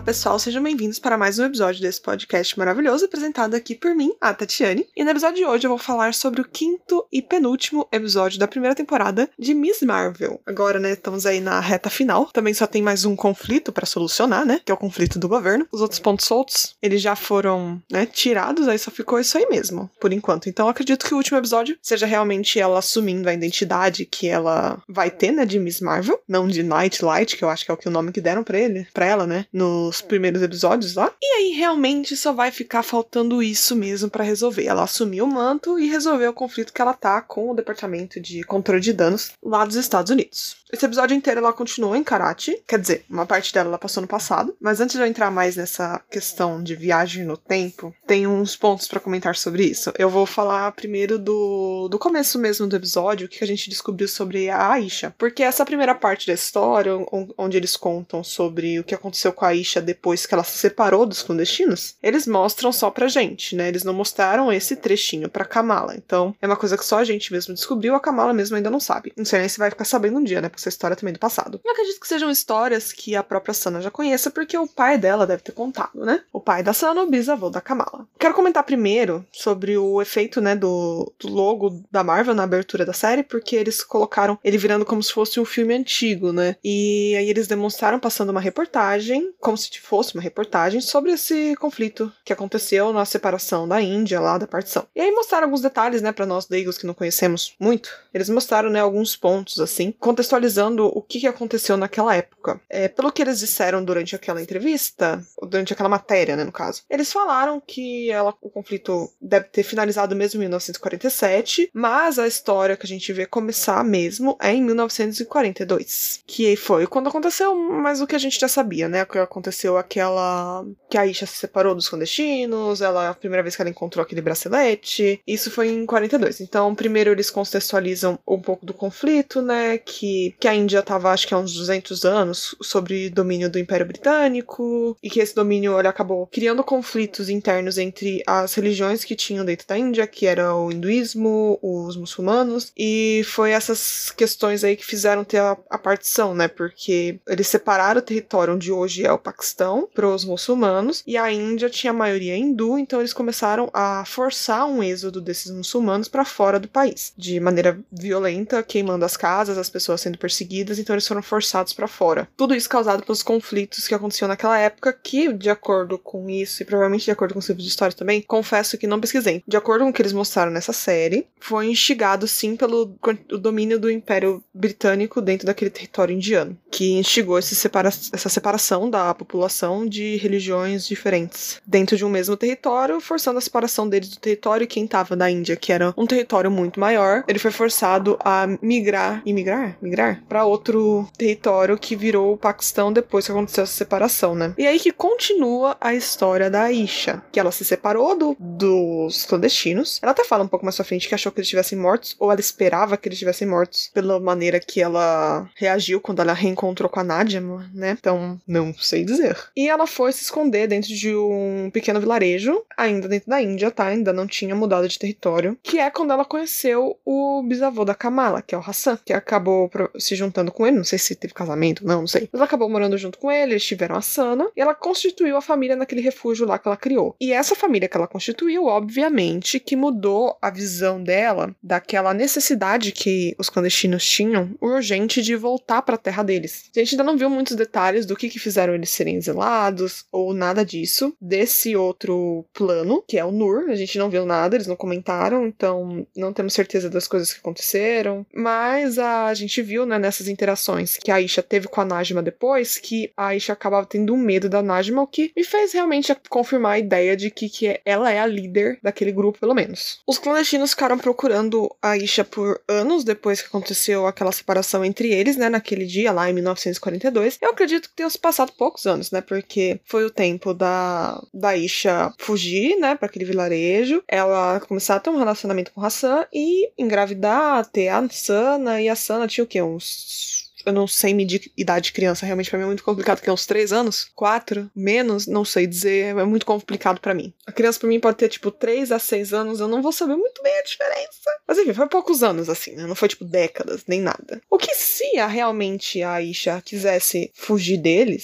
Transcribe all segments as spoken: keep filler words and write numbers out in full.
pessoal, sejam bem-vindos para mais um episódio desse podcast maravilhoso, apresentado aqui por mim, a Tatiane. E no episódio de hoje eu vou falar sobre o quinto e penúltimo episódio da primeira temporada de Miss Marvel. Agora, né, estamos aí na reta final. Também só tem mais um conflito para solucionar, né, que é o conflito do governo. Os outros pontos soltos, eles já foram, né, tirados, aí só ficou isso aí mesmo, por enquanto. Então eu acredito que o último episódio seja realmente ela assumindo a identidade que ela vai ter, né, de Miss Marvel, não de Nightlight, que eu acho que é o que o nome que deram pra ele, pra ela, né, nos primeiros episódios lá. E aí realmente só vai ficar faltando isso mesmo pra resolver. Ela assumiu o manto e resolveu o conflito que ela tá com o Departamento de Controle de Danos lá dos Estados Unidos. Esse episódio inteiro ela continuou em Karate, quer dizer, uma parte dela ela passou no passado, mas antes de eu entrar mais nessa questão de viagem no tempo, tem uns pontos pra comentar sobre isso. Eu vou falar primeiro do, do começo mesmo do episódio, o que a gente descobriu sobre a Aisha, porque essa primeira parte da história, onde eles contam sobre o que aconteceu com a Aisha depois que ela se separou dos clandestinos, eles mostram só pra gente, né? Eles não mostraram esse trechinho pra Kamala, então é uma coisa que só a gente mesmo descobriu, a Kamala mesmo ainda não sabe. Não sei nem se vai ficar sabendo um dia, né? Essa história também do passado. Eu acredito que sejam histórias que a própria Sana já conheça, porque o pai dela deve ter contado, né? O pai da Sana, o bisavô da Kamala. Quero comentar primeiro sobre o efeito, né, do, do logo da Marvel na abertura da série, porque eles colocaram ele virando como se fosse um filme antigo, né? E aí eles demonstraram passando uma reportagem, como se fosse uma reportagem, sobre esse conflito que aconteceu na separação da Índia, lá da partição. E aí mostraram alguns detalhes, né, pra nós leigos que não conhecemos muito. Eles mostraram, né, alguns pontos, assim, contextualizando o que, que aconteceu naquela época. É, pelo que eles disseram durante aquela entrevista, ou durante aquela matéria, né, no caso, eles falaram que ela, o conflito deve ter finalizado mesmo em mil novecentos e quarenta e sete, mas a história que a gente vê começar mesmo é em mil novecentos e quarenta e dois, que foi quando aconteceu mais o que a gente já sabia, né, que aconteceu aquela... que a Aisha se separou dos clandestinos, ela, a primeira vez que ela encontrou aquele bracelete, isso foi em quarenta e dois. Então, primeiro eles contextualizam um pouco do conflito, né, que que a Índia estava, acho que há uns duzentos anos, sob domínio do Império Britânico, e que esse domínio ele acabou criando conflitos internos entre as religiões que tinham dentro da Índia, que era o hinduísmo, os muçulmanos, e foi essas questões aí que fizeram ter a, a partição, né, porque eles separaram o território onde hoje é o Paquistão para os muçulmanos, e a Índia tinha a maioria hindu, então eles começaram a forçar um êxodo desses muçulmanos para fora do país, de maneira violenta, queimando as casas, as pessoas sendo perseguidas, então eles foram forçados para fora. Tudo isso causado pelos conflitos que aconteciam naquela época, que, de acordo com isso, e provavelmente de acordo com os livros de história também, confesso que não pesquisei. De acordo com o que eles mostraram nessa série, foi instigado, sim, pelo o domínio do Império Britânico dentro daquele território indiano, que instigou esse separa essa separação da população de religiões diferentes dentro de um mesmo território, forçando a separação deles do território, e quem estava da Índia, que era um território muito maior, ele foi forçado a migrar, imigrar? Migrar? Para outro território que virou o Paquistão depois que aconteceu essa separação, né? E aí que continua a história da Aisha, que ela se separou do, dos clandestinos. Ela até fala um pouco mais pra frente que achou que eles estivessem mortos, ou ela esperava que eles estivessem mortos, pela maneira que ela reagiu quando ela reencontrou com a Nadia, né? Então, não sei dizer. E ela foi se esconder dentro de um pequeno vilarejo, ainda dentro da Índia, tá? Ainda não tinha mudado de território, que é quando ela conheceu o bisavô da Kamala, que é o Hassan, que acabou se juntando com ele, não sei se teve casamento, não, não sei. Mas ela acabou morando junto com ele, eles tiveram a Sana, e ela constituiu a família naquele refúgio lá que ela criou. E essa família que ela constituiu, obviamente, que mudou a visão dela daquela necessidade que os clandestinos tinham, urgente, de voltar para a terra deles. A gente ainda não viu muitos detalhes do que, que fizeram eles serem exilados, ou nada disso, desse outro plano, que é o Nur. A gente não viu nada, eles não comentaram, então não temos certeza das coisas que aconteceram. Mas a gente viu, né, nessas interações que a Aisha teve com a Najma depois, que a Aisha acabava tendo um medo da Najma, o que me fez realmente confirmar a ideia de que, que ela é a líder daquele grupo, pelo menos. Os clandestinos ficaram procurando a Aisha por anos depois que aconteceu aquela separação entre eles, né, naquele dia, lá em mil novecentos e quarenta e dois. Eu acredito que tenham se passado poucos anos, né, porque foi o tempo da, da Aisha fugir, né, para aquele vilarejo, ela começar a ter um relacionamento com Hassan e engravidar, ter a Sana, e a Sana tinha o quê? Uns... eu não sei medir idade de criança, realmente pra mim é muito complicado, porque é uns três anos, quatro, menos, não sei dizer, é muito complicado pra mim. A criança pra mim pode ter, tipo, três a seis anos, eu não vou saber muito bem a diferença. Mas enfim, foi poucos anos, assim, né? Não foi, tipo, décadas, nem nada. O que se a, realmente a Aisha quisesse fugir deles,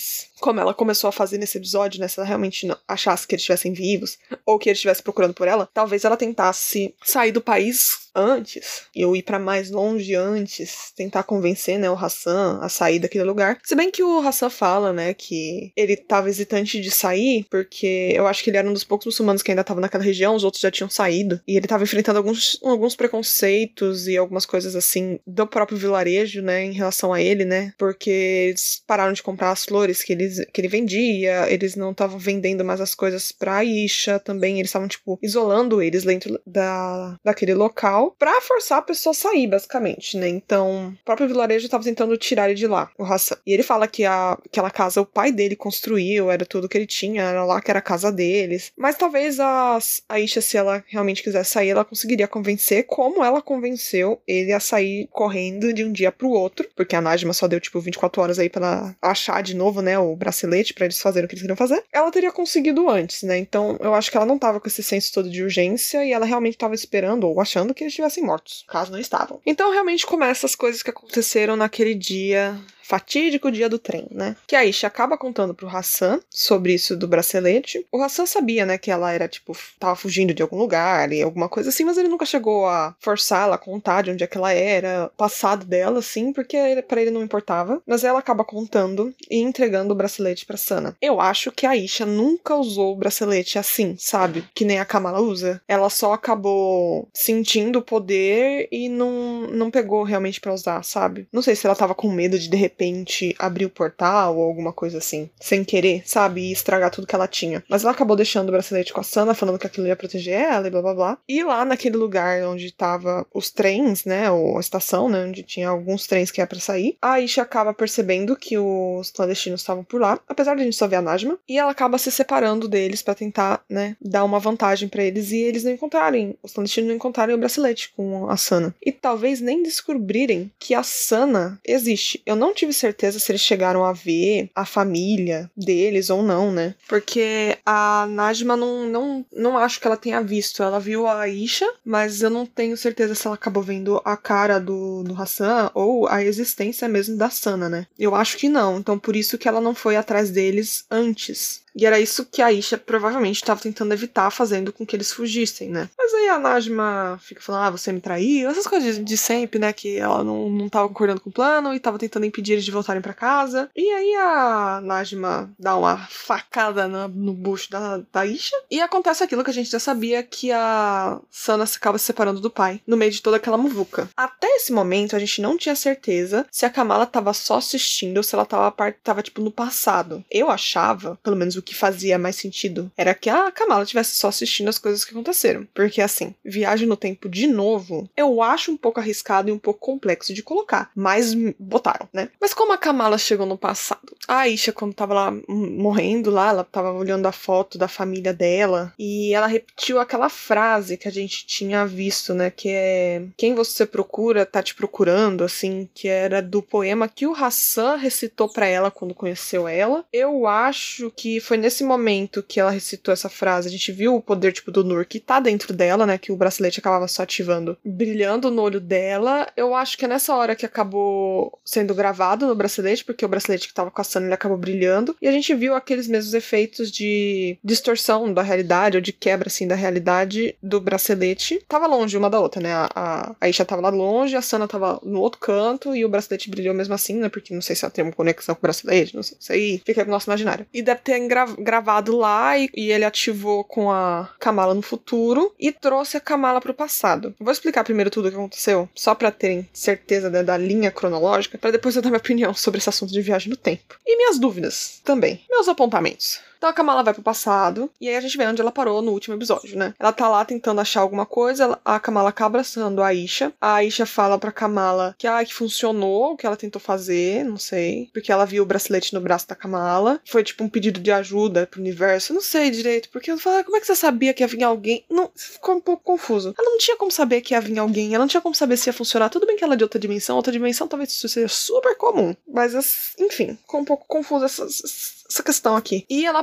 como ela começou a fazer nesse episódio, né? Se ela realmente não achasse que eles estivessem vivos, ou que ele estivesse procurando por ela, talvez ela tentasse sair do país antes, ou ir pra mais longe antes, tentar convencer, né, o Hassan a sair daquele lugar. Se bem que o Hassan fala, né, que ele tava hesitante de sair, porque eu acho que ele era um dos poucos muçulmanos que ainda tava naquela região, os outros já tinham saído, e ele tava enfrentando alguns, alguns preconceitos e algumas coisas assim do próprio vilarejo, né, em relação a ele, né, porque eles pararam de comprar as flores que, eles, que ele vendia, eles não estavam vendendo mais as coisas pra Aisha também, eles estavam, tipo, isolando eles dentro da, daquele local pra forçar a pessoa a sair, basicamente, né? Então, o próprio vilarejo tava tentando tirar ele de lá, o Hassan. E ele fala que a, aquela casa o pai dele construiu, era tudo que ele tinha, era lá que era a casa deles. Mas talvez a Aisha, se ela realmente quisesse sair, ela conseguiria convencer, como ela convenceu ele a sair correndo de um dia pro outro, porque a Najma só deu, tipo, vinte e quatro horas aí pra ela achar de novo, né, o bracelete pra eles fazerem o que eles queriam fazer. Ela teria conseguido antes, né? Então, eu acho que ela não tava com esse senso todo de urgência e ela realmente tava esperando ou achando que eles estivessem mortos, caso não estavam. Então realmente começam as coisas que aconteceram naquele dia, fatídico dia do trem, né? Que a Aisha acaba contando pro Hassan sobre isso do bracelete. O Hassan sabia, né, que ela era, tipo, tava fugindo de algum lugar e alguma coisa assim, mas ele nunca chegou a forçar ela a contar de onde é que ela era, passado dela, assim, porque pra ele não importava. Mas ela acaba contando e entregando o bracelete pra Sana. Eu acho que a Aisha nunca usou o bracelete assim, sabe? Que nem a Kamala usa. Ela só acabou sentindo o poder e não, não pegou realmente pra usar, sabe? Não sei se ela tava com medo de de repente abrir o portal ou alguma coisa assim, sem querer, sabe? E estragar tudo que ela tinha. Mas ela acabou deixando o bracelete com a Sana, falando que aquilo ia proteger ela e blá blá blá. E lá naquele lugar onde tava os trens, né? Ou a estação, né? Onde tinha alguns trens que ia pra sair. A Aisha acaba percebendo que os clandestinos estavam por lá, apesar de a gente só ver a Najma. E ela acaba se separando deles pra tentar, né? Dar uma vantagem pra eles e eles não encontrarem, os clandestinos não encontrarem o bracelete com a Sana. E talvez nem descobrirem que a Sana existe. Eu não tive certeza se eles chegaram a ver a família deles ou não, né? Porque a Najma não, não, não acho que ela tenha visto. Ela viu a Aisha, mas eu não tenho certeza se ela acabou vendo a cara do, do Hassan ou a existência mesmo da Sana, né? Eu acho que não. Então por isso que ela não foi atrás deles antes. E era isso que a Aisha provavelmente estava tentando evitar, fazendo com que eles fugissem, né? Mas aí a Najma fica falando, ah, você me traiu, essas coisas de, de sempre, né? Que ela não, não tava concordando com o plano e tava tentando impedir eles de voltarem pra casa. E aí a Najma dá uma facada no, no bucho da, da Aisha. E acontece aquilo que a gente já sabia, que a Sana acaba se separando do pai, no meio de toda aquela muvuca. Até esse momento, a gente não tinha certeza se a Kamala tava só assistindo ou se ela tava, tava tipo, no passado. Eu achava, pelo menos o que fazia mais sentido era que a Kamala tivesse só assistindo as coisas que aconteceram. Porque, assim, viagem no tempo de novo, eu acho um pouco arriscado e um pouco complexo de colocar. Mas botaram, né? Mas como a Kamala chegou no passado? A Aisha, quando tava lá morrendo lá, ela tava olhando a foto da família dela e ela repetiu aquela frase que a gente tinha visto, né? Que é quem você procura tá te procurando, assim, que era do poema que o Hassan recitou pra ela quando conheceu ela. Eu acho que foi nesse momento que ela recitou essa frase, a gente viu o poder, tipo, do Nur que tá dentro dela, né, que o bracelete acabava só ativando, brilhando no olho dela. Eu acho que é nessa hora que acabou sendo gravado no bracelete, porque o bracelete que tava com a Sana, ele acabou brilhando, e a gente viu aqueles mesmos efeitos de distorção da realidade, ou de quebra, assim, da realidade do bracelete. Tava longe uma da outra, né, a, a Aisha tava lá longe, a Sana tava no outro canto, e o bracelete brilhou mesmo assim, né, porque não sei se ela tem uma conexão com o bracelete, não sei, isso aí fica no nosso imaginário. E deve ter engra gravado lá e, e ele ativou com a Kamala no futuro e trouxe a Kamala pro passado. Vou explicar primeiro tudo o que aconteceu, só pra terem certeza, né, da linha cronológica, pra depois eu dar minha opinião sobre esse assunto de viagem no tempo. E minhas dúvidas também, meus apontamentos. Então a Kamala vai pro passado, e aí a gente vê onde ela parou no último episódio, né? Ela tá lá tentando achar alguma coisa, a Kamala acaba abraçando a Aisha. A Aisha fala pra Kamala que, ah, que funcionou o que ela tentou fazer, não sei, porque ela viu o bracelete no braço da Kamala. Foi tipo um pedido de ajuda pro universo, não sei direito, porque eu falo, ah, como é que você sabia que ia vir alguém? Não, ficou um pouco confuso. Ela não tinha como saber que ia vir alguém, ela não tinha como saber se ia funcionar. Tudo bem que ela é de outra dimensão, outra dimensão talvez isso seja super comum, mas enfim, ficou um pouco confuso essa, essa questão aqui. E ela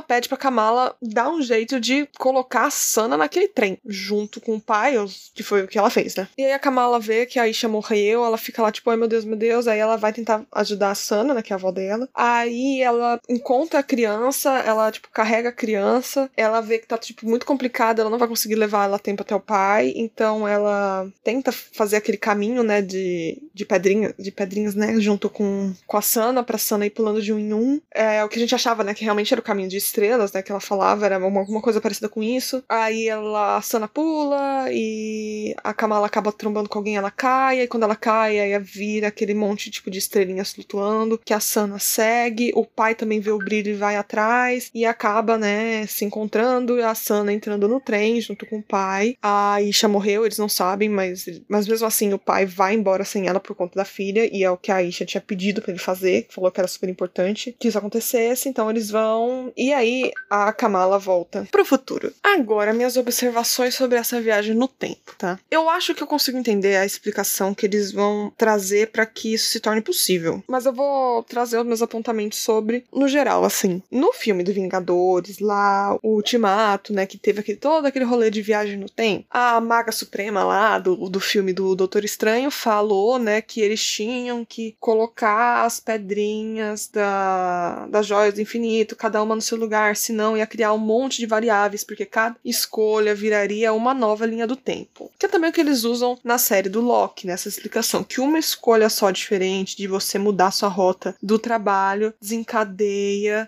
pede pra Kamala dar um jeito de colocar a Sana naquele trem, junto com o pai, que foi o que ela fez, né? E aí a Kamala vê que a Aisha morreu, ela fica lá tipo, ai meu Deus, meu Deus, aí ela vai tentar ajudar a Sana, né, que é a avó dela. Aí ela encontra a criança, ela, tipo, carrega a criança, ela vê que tá, tipo, muito complicado, ela não vai conseguir levar ela a tempo até o pai, então ela tenta fazer aquele caminho, né, de, de, pedrinha, de pedrinhas, né, junto com, com a Sana, pra Sana ir pulando de um em um. É o que a gente achava, né, que realmente era o caminho de estrelas, né, que ela falava, era uma, alguma coisa parecida com isso. Aí ela, a Sana pula e a Kamala acaba trombando com alguém, ela cai, e quando ela cai, aí vira aquele monte, tipo, de estrelinhas flutuando, que a Sana segue, o pai também vê o brilho e vai atrás, e acaba, né, se encontrando, e a Sana entrando no trem junto com o pai. A Aisha morreu, eles não sabem, mas, mas mesmo assim o pai vai embora sem ela por conta da filha, e é o que a Aisha tinha pedido pra ele fazer, falou que era super importante que isso acontecesse, então eles vão, e aí a Kamala volta pro futuro. Agora, minhas observações sobre essa viagem no tempo, tá? Eu acho que eu consigo entender a explicação que eles vão trazer pra que isso se torne possível, mas eu vou trazer os meus apontamentos sobre, no geral, assim, no filme do Vingadores, lá, o Ultimato, né, que teve aquele, todo aquele rolê de viagem no tempo, a Maga Suprema lá, do, do filme do Doutor Estranho, falou, né, que eles tinham que colocar as pedrinhas da, das joias do infinito, cada uma no seu lugar, senão ia criar um monte de variáveis, porque cada escolha viraria uma nova linha do tempo. Que é também o que eles usam na série do Loki, nessa explicação, que uma escolha só diferente de você mudar sua rota do trabalho desencadeia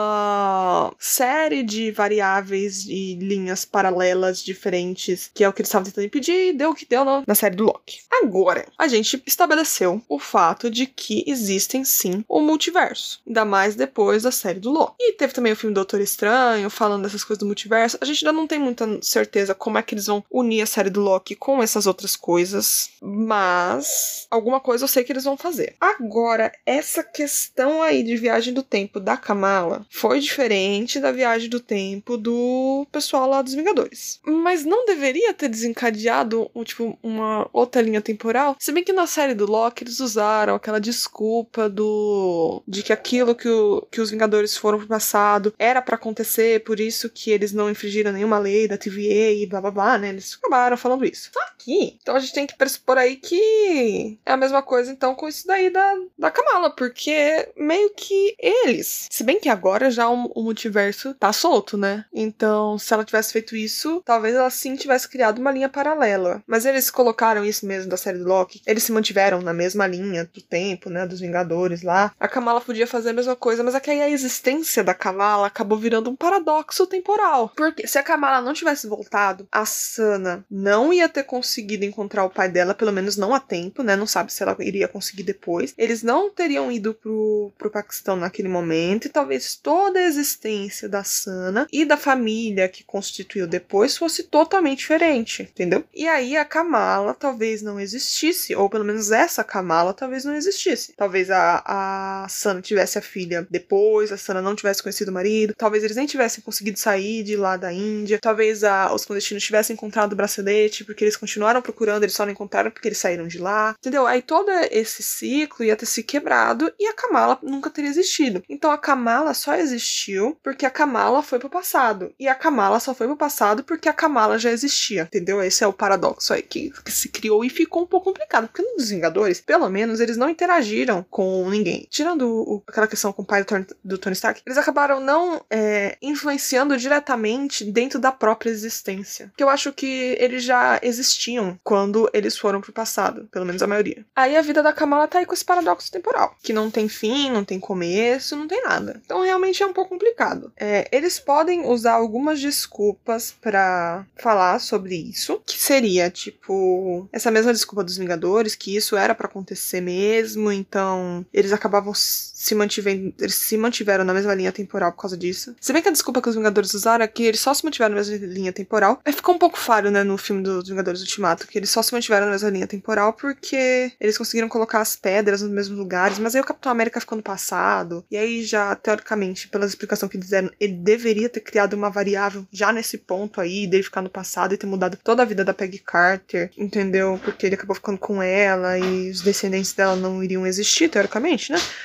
uma série de variáveis e linhas paralelas diferentes, que é o que eles estavam tentando impedir, e deu o que deu na, na série do Loki. Agora, a gente estabeleceu o fato de que existem sim o multiverso, ainda mais depois da série do Loki. E teve também o filme Doutor Estranho, falando dessas coisas do multiverso. A gente ainda não tem muita certeza como é que eles vão unir a série do Loki com essas outras coisas, mas alguma coisa eu sei que eles vão fazer. Agora, essa questão aí de viagem do tempo da Kamala foi diferente da viagem do tempo do pessoal lá dos Vingadores. Mas não deveria ter desencadeado um, tipo, uma outra linha temporal? Se bem que na série do Loki eles usaram aquela desculpa do de que aquilo que, o, que os Vingadores foram pro passado era pra acontecer, por isso que eles não infringiram nenhuma lei da T V A e blá blá blá, né? Eles acabaram falando isso. Só que, então a gente tem que pressupor aí que é a mesma coisa então com isso daí da, da Kamala, porque meio que eles, se bem que agora já o, o multiverso tá solto, né? Então, se ela tivesse feito isso, talvez ela sim tivesse criado uma linha paralela. Mas eles colocaram isso mesmo da série do Loki, eles se mantiveram na mesma linha do tempo, né? Dos Vingadores lá. A Kamala podia fazer a mesma coisa, mas é que aí a existência da Kamala acabou virando um paradoxo temporal. Porque se a Kamala não tivesse voltado, a Sana não ia ter conseguido encontrar o pai dela, pelo menos não a tempo, né? Não sabe se ela iria conseguir depois. Eles não teriam ido pro, pro Paquistão naquele momento, e talvez toda a existência da Sana e da família que constituiu depois fosse totalmente diferente, entendeu? E aí a Kamala talvez não existisse, ou pelo menos essa Kamala talvez não existisse. Talvez a, a Sana tivesse a filha depois, a Sana não tivesse conhecido o marido, talvez eles nem tivessem conseguido sair de lá da Índia, talvez a, os clandestinos tivessem encontrado o bracelete, porque eles continuaram procurando, eles só não encontraram porque eles saíram de lá, entendeu? Aí todo esse ciclo ia ter se quebrado e a Kamala nunca teria existido. Então a Kamala só existiu porque a Kamala foi pro passado, e a Kamala só foi pro passado porque a Kamala já existia, entendeu? Esse é o paradoxo aí que, que se criou e ficou um pouco complicado, porque nos Vingadores, pelo menos, eles não interagiram com ninguém. Tirando o, aquela questão com o pai do Tony, do Tony Stark, eles acabaram não é, influenciando diretamente dentro da própria existência. Que eu acho que eles já existiam quando eles foram pro passado, pelo menos a maioria. Aí a vida da Kamala tá aí com esse paradoxo temporal, que não tem fim, não tem começo, não tem nada. Então realmente é um pouco complicado. É, eles podem usar algumas desculpas pra falar sobre isso, que seria, tipo, essa mesma desculpa dos Vingadores, que isso era pra acontecer mesmo, então eles acabavam se mantivendo, eles se mantiveram na mesma linha temporal por causa disso. Se bem que a desculpa que os Vingadores usaram é que eles só se mantiveram na mesma linha temporal. Aí ficou um pouco falho, né, no filme dos Vingadores Ultimato, que eles só se mantiveram na mesma linha temporal porque eles conseguiram colocar as pedras nos mesmos lugares, mas aí o Capitão América ficou no passado, e aí já, teoricamente, pela explicação que fizeram, ele deveria ter criado uma variável já nesse ponto aí, dele ficar no passado e ter mudado toda a vida da Peggy Carter, entendeu? Porque ele acabou ficando com ela e os descendentes dela não iriam existir, teoricamente, né?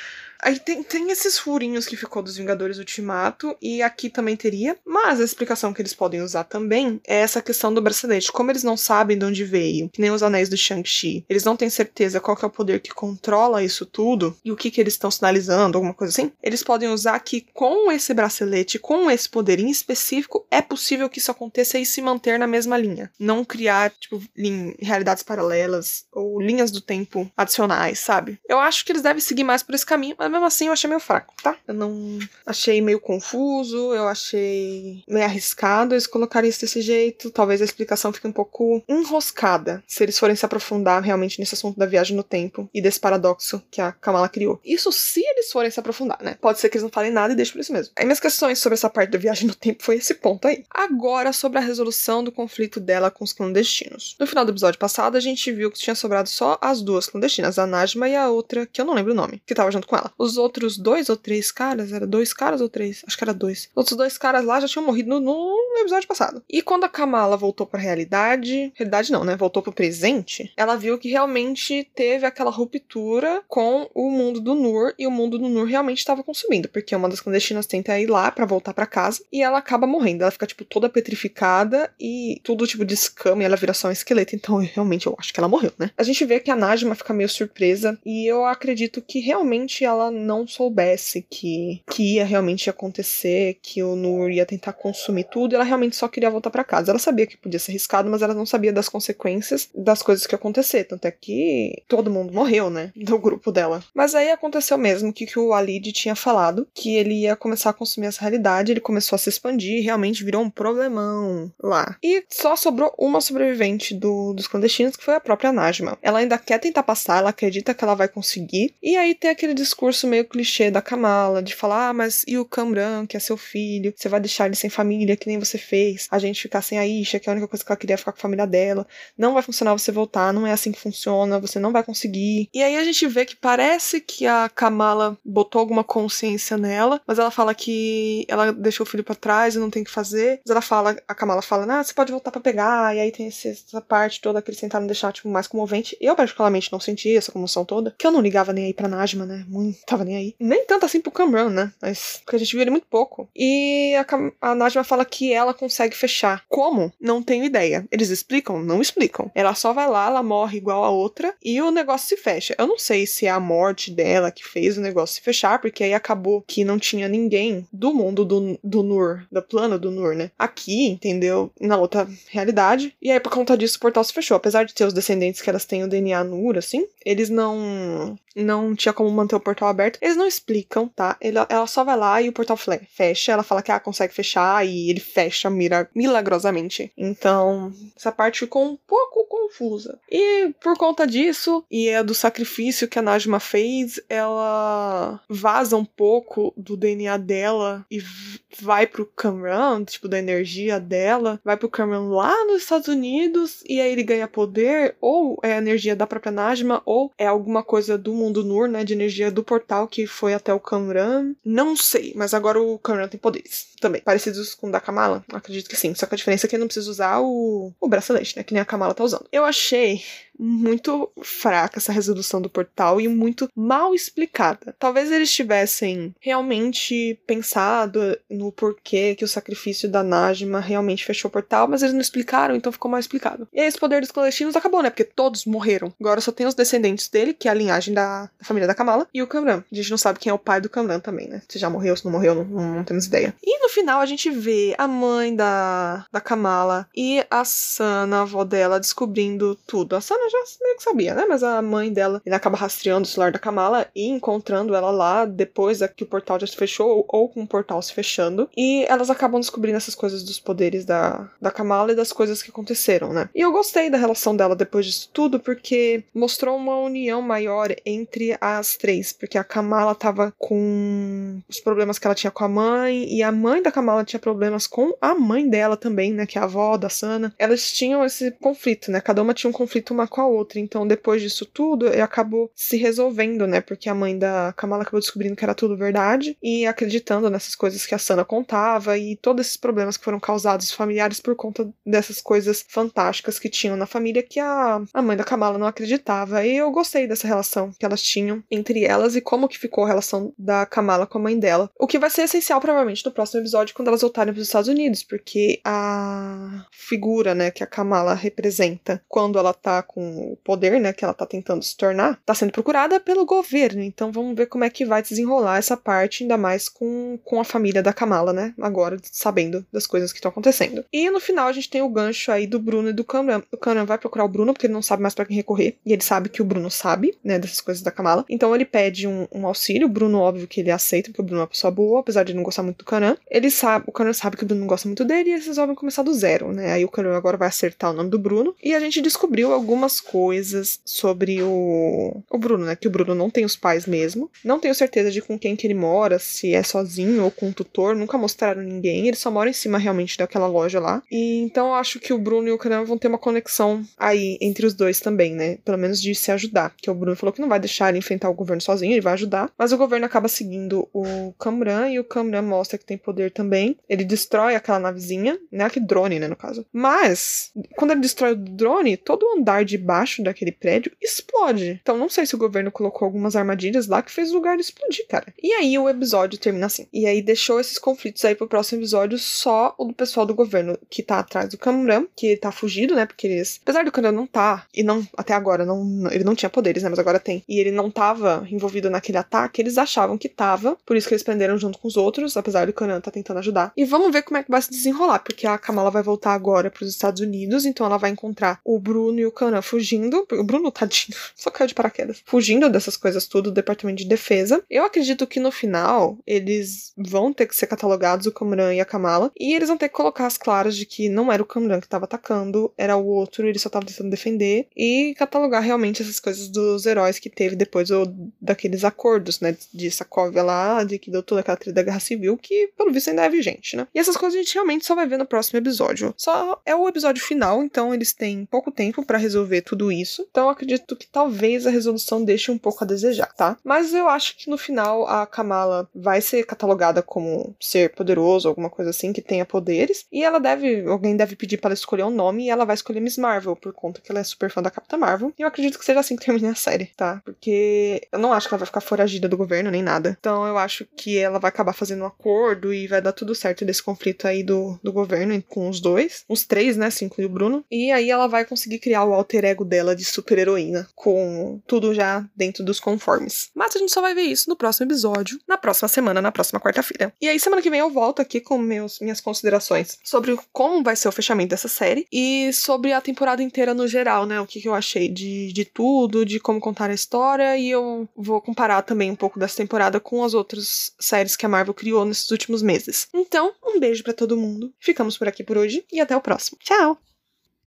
Aí tem, tem esses furinhos que ficou dos Vingadores Ultimato, e aqui também teria, mas a explicação que eles podem usar também é essa questão do bracelete. Como eles não sabem de onde veio, que nem os anéis do Shang-Chi, eles não têm certeza qual que é o poder que controla isso tudo, e o que que eles estão sinalizando, alguma coisa assim, eles podem usar que com esse bracelete, com esse poder em específico, é possível que isso aconteça e se manter na mesma linha. Não criar, tipo, lin- realidades paralelas, ou linhas do tempo adicionais, sabe? Eu acho que eles devem seguir mais por esse caminho, mas mesmo assim eu achei meio fraco, tá? Eu não... Achei meio confuso, eu achei meio arriscado eles colocarem isso desse jeito. Talvez a explicação fique um pouco enroscada, se eles forem se aprofundar realmente nesse assunto da viagem no tempo e desse paradoxo que a Kamala criou. Isso se eles forem se aprofundar, né? Pode ser que eles não falem nada e deixem por isso mesmo. Aí minhas questões sobre essa parte da viagem no tempo foi esse ponto aí. Agora, sobre a resolução do conflito dela com os clandestinos. No final do episódio passado, a gente viu que tinha sobrado só as duas clandestinas, a Najma e a outra, que eu não lembro o nome, que tava junto com ela. Os outros dois ou três caras, era dois caras ou três? Acho que era dois. Os outros dois caras lá já tinham morrido no, no episódio passado. E quando a Kamala voltou pra realidade, realidade não, né? Voltou pro presente, ela viu que realmente teve aquela ruptura com o mundo do Nur, e o mundo do Nur realmente estava consumindo, porque uma das clandestinas tenta ir lá pra voltar pra casa, e ela acaba morrendo. Ela fica, tipo, toda petrificada e tudo, tipo, de escama, e ela vira só um esqueleto. Então, realmente, eu acho que ela morreu, né? A gente vê que a Najma fica meio surpresa, e eu acredito que realmente ela não soubesse que, que ia realmente acontecer, que o Nur ia tentar consumir tudo, e ela realmente só queria voltar pra casa. Ela sabia que podia ser arriscado, mas ela não sabia das consequências das coisas que iam acontecer. Tanto é que todo mundo morreu, né? Do grupo dela. Mas aí aconteceu mesmo que, que o Walid tinha falado, que ele ia começar a consumir essa realidade, ele começou a se expandir e realmente virou um problemão lá. E só sobrou uma sobrevivente do, dos clandestinos, que foi a própria Najma. Ela ainda quer tentar passar, ela acredita que ela vai conseguir. E aí tem aquele discurso meio clichê da Kamala, de falar, ah, mas e o Kamran, que é seu filho? Você vai deixar ele sem família, que nem você fez? A gente ficar sem a Isha, que é a única coisa que ela queria ficar com a família dela. Não vai funcionar você voltar, não é assim que funciona, você não vai conseguir. E aí a gente vê que parece que a Kamala botou alguma consciência nela, mas ela fala que ela deixou o filho pra trás e não tem o que fazer. Mas ela fala, a Kamala fala, ah, você pode voltar pra pegar, e aí tem esse, essa parte toda que eles tentaram deixar, tipo, mais comovente. Eu, particularmente, não senti essa comoção toda, que eu não ligava nem aí pra Najma, né? Muito, tava nem aí. Nem tanto assim pro Kamran, né? Mas, porque a gente viu ele muito pouco. E a, Kam- a Najma fala que ela consegue fechar. Como? Não tenho ideia. Eles explicam? Não explicam. Ela só vai lá, ela morre igual a outra, e o negócio se fecha. Eu não sei se é a morte dela que fez o negócio se fechar, porque aí acabou que não tinha ninguém do mundo do, do Nur, do plano do Nur, né? Aqui, entendeu? Na outra realidade. E aí, por conta disso, o portal se fechou. Apesar de ter os descendentes que elas têm o D N A Nur, assim, eles não... não tinha como manter o portal aberto. Eles não explicam, tá? Ela, ela só vai lá e o portal fecha. Ela fala que ela consegue fechar e ele fecha mira, milagrosamente. Então, essa parte ficou um pouco confusa. E por conta disso, e é do sacrifício que a Najma fez, ela vaza um pouco do D N A dela e vai pro Kamran, tipo, da energia dela, vai pro Kamran lá nos Estados Unidos, e aí ele ganha poder, ou é a energia da própria Najma, ou é alguma coisa do mundo Nur, né, de energia do portal que foi até o Kamran. Não sei, mas agora o Kamran tem poderes também, parecidos com o da Kamala. Acredito que sim, só que a diferença é que ele não precisa usar o, o bracelete, né, que nem a Kamala tá usando. Eu achei muito fraca essa resolução do portal e muito mal explicada. Talvez eles tivessem realmente pensado no porquê que o sacrifício da Najma realmente fechou o portal, mas eles não explicaram, então ficou mal explicado. E aí esse poder dos clandestinos acabou, né, porque todos morreram. Agora só tem os descendentes dele, que é a linhagem da, da família da Kamala, e o Kamran. A gente não sabe quem é o pai do Kamran também, né? Se já morreu, se não morreu, não, não, não temos ideia. E no final a gente vê a mãe da, da Kamala e a Sana, a avó dela, descobrindo tudo. A Sana já meio que sabia, né? Mas a mãe dela, ele acaba rastreando o celular da Kamala e encontrando ela lá depois que o portal já se fechou, ou, ou com o portal se fechando. E elas acabam descobrindo essas coisas dos poderes da, da Kamala e das coisas que aconteceram, né? E eu gostei da relação dela depois disso tudo, porque mostrou uma união maior entre as três, porque a Kamala tava com os problemas que ela tinha com a mãe, e a mãe da Kamala tinha problemas com a mãe dela também, né? Que é a avó da Sana. Elas tinham esse conflito, né? Cada uma tinha um conflito uma com a outra. Então, depois disso tudo, ele acabou se resolvendo, né? Porque a mãe da Kamala acabou descobrindo que era tudo verdade e acreditando nessas coisas que a Sana contava e todos esses problemas que foram causados familiares por conta dessas coisas fantásticas que tinham na família que a, a mãe da Kamala não acreditava. E eu gostei dessa relação que elas tinham entre elas e como que ficou a relação da Kamala com a mãe dela. O que vai ser essencial, provavelmente, no próximo episódio, quando elas voltarem para os Estados Unidos, porque a figura, né, que a Kamala representa quando ela tá com o poder, né, que ela tá tentando se tornar, tá sendo procurada pelo governo. Então vamos ver como é que vai desenrolar essa parte, ainda mais com, com a família da Kamala, né, agora sabendo das coisas que estão acontecendo. E no final a gente tem o gancho aí do Bruno e do Cameron. O Cameron vai procurar o Bruno porque ele não sabe mais pra quem recorrer, e ele sabe que o Bruno sabe, né, dessas coisas da Kamala. Então ele pede um, um auxílio. O Bruno, óbvio que ele aceita, porque o Bruno é uma pessoa boa, apesar de não gostar muito do Cameron. Ele sabe, o Cameron sabe que o Bruno não gosta muito dele e eles resolvem começar do zero, né. Aí o Cameron agora vai acertar o nome do Bruno. E a gente descobriu algumas coisas sobre o, o Bruno, né, que o Bruno não tem os pais mesmo. Não tenho certeza de com quem que ele mora, se é sozinho ou com um tutor. Nunca mostraram ninguém. Ele só mora em cima realmente daquela loja lá. E então eu acho que o Bruno e o Cameron vão ter uma conexão aí entre os dois também, né? Pelo menos de se ajudar. Que o Bruno falou que não vai deixar ele enfrentar o governo sozinho, ele vai ajudar. Mas o governo acaba seguindo o Cameron e o Cameron mostra que tem poder também. Ele destrói aquela navezinha, né? Que drone, né, no caso. Mas, quando ele destrói o drone, todo o andar de baixo daquele prédio explode. Então não sei se o governo colocou algumas armadilhas lá que fez o lugar explodir, cara. E aí o episódio termina assim. E aí deixou esses conflitos aí pro próximo episódio, só o do pessoal do governo que tá atrás do Cameron, que ele tá fugido, né? Porque eles, apesar do Cameron não tá, e não, até agora, não, ele não tinha poderes, né? Mas agora tem. E ele não tava envolvido naquele ataque, eles achavam que tava, por isso que eles prenderam junto com os outros, apesar do Cameron tá tentando ajudar. E vamos ver como é que vai se desenrolar, porque a Kamala vai voltar agora pros Estados Unidos, então ela vai encontrar o Bruno e o Cameron fugindo. O Bruno, tadinho, só caiu de paraquedas. Fugindo dessas coisas tudo do Departamento de Defesa. Eu acredito que no final, eles vão ter que ser catalogados, o Cameron e a Kamala, e eles vão ter que colocar as claras de que não era o Cameron que tava atacando, era o outro, ele só tava tentando defender, e catalogar realmente essas coisas dos heróis que teve depois, ou daqueles acordos, né, de Sokovia lá, de que deu toda aquela treta da Guerra Civil, que pelo visto ainda é vigente, né. E essas coisas a gente realmente só vai ver no próximo episódio. Só é o episódio final, então eles têm pouco tempo pra resolver tudo isso, então eu acredito que talvez a resolução deixe um pouco a desejar, tá? Mas eu acho que no final a Kamala vai ser catalogada como ser poderoso, alguma coisa assim, que tenha poderes, e ela deve, alguém deve pedir pra ela escolher um nome, e ela vai escolher Miss Marvel, por conta que ela é super fã da Capitã Marvel, e eu acredito que seja assim que termine a série, tá? Porque eu não acho que ela vai ficar foragida do governo, nem nada. Então eu acho que ela vai acabar fazendo um acordo e vai dar tudo certo desse conflito aí do, do governo com os dois, os três, né, se inclui o Bruno, e aí ela vai conseguir criar o alter ego dela de super-heroína, com tudo já dentro dos conformes. Mas a gente só vai ver isso no próximo episódio, na próxima semana, na próxima quarta-feira. E aí semana que vem eu volto aqui com meus, minhas considerações sobre como vai ser o fechamento dessa série e sobre a temporada inteira no geral, né, o que, que eu achei de, de tudo, de como contar a história, e eu vou comparar também um pouco dessa temporada com as outras séries que a Marvel criou nesses últimos meses. Então, um beijo pra todo mundo, ficamos por aqui por hoje e até o próximo. Tchau!